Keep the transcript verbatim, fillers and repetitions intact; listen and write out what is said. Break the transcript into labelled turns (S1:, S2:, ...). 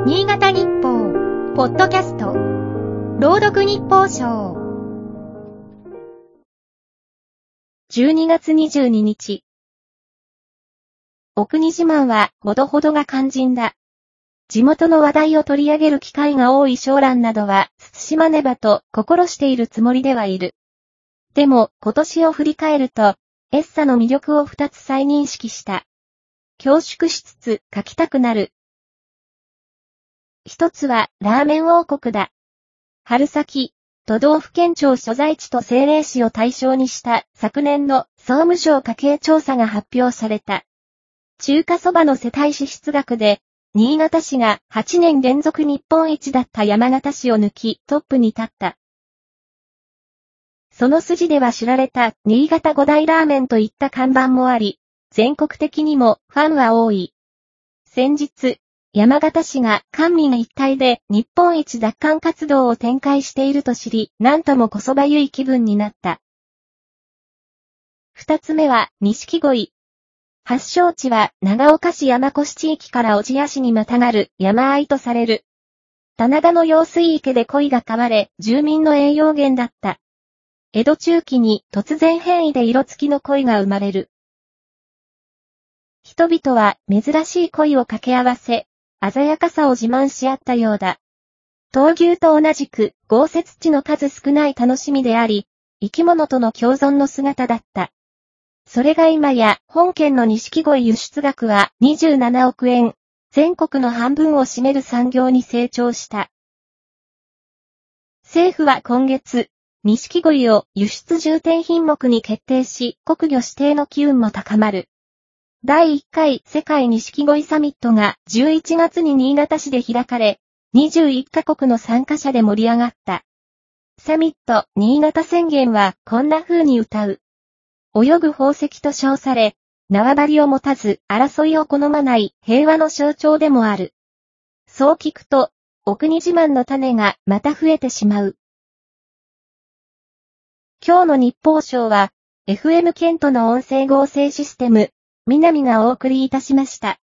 S1: 新潟日報、ポッドキャスト、朗読日報賞。
S2: じゅうにがつにじゅうににち。お国自慢はほどほどが肝心だ。地元の話題を取り上げる機会が多い小蘭などは慎まねばと心しているつもりではいる。でも今年を振り返ると、エッサの魅力を二つ再認識した。恐縮しつつ書きたくなる。一つはラーメン王国だ。春先、都道府県庁所在地と政令市を対象にした昨年の総務省家計調査が発表された。中華そばの世帯支出額で、新潟市がはちねん連続日本一だった山形市を抜きトップに立った。その筋では知られた新潟五大ラーメンといった看板もあり、全国的にもファンは多い。先日、山形市が官民一体で日本一奪還活動を展開していると知り、なんともこそばゆい気分になった。二つ目は、錦鯉。発祥地は長岡市山越地域から小千谷市にまたがる山あいとされる。棚田の用水池で鯉が飼われ、住民の栄養源だった。江戸中期に突然変異で色付きの鯉が生まれる。人々は珍しい鯉を掛け合わせ、鮮やかさを自慢し合ったようだ。闘牛と同じく豪雪地の数少ない楽しみであり、生き物との共存の姿だった。それが今や本県の錦鯉輸出額はにじゅうななおくえん、全国の半分を占める産業に成長した。政府は今月、錦鯉を輸出重点品目に決定し、国魚指定の機運も高まる。だいいっかい世界錦鯉サミットがじゅういちがつに新潟市で開かれ、にじゅういっかこくの参加者で盛り上がった。サミット新潟宣言はこんな風に歌う。泳ぐ宝石と称され、縄張りを持たず争いを好まない平和の象徴でもある。そう聞くと、お国自慢の種がまた増えてしまう。今日の日報賞は、エフエム ケントの音声合成システム、南がお送りいたしました。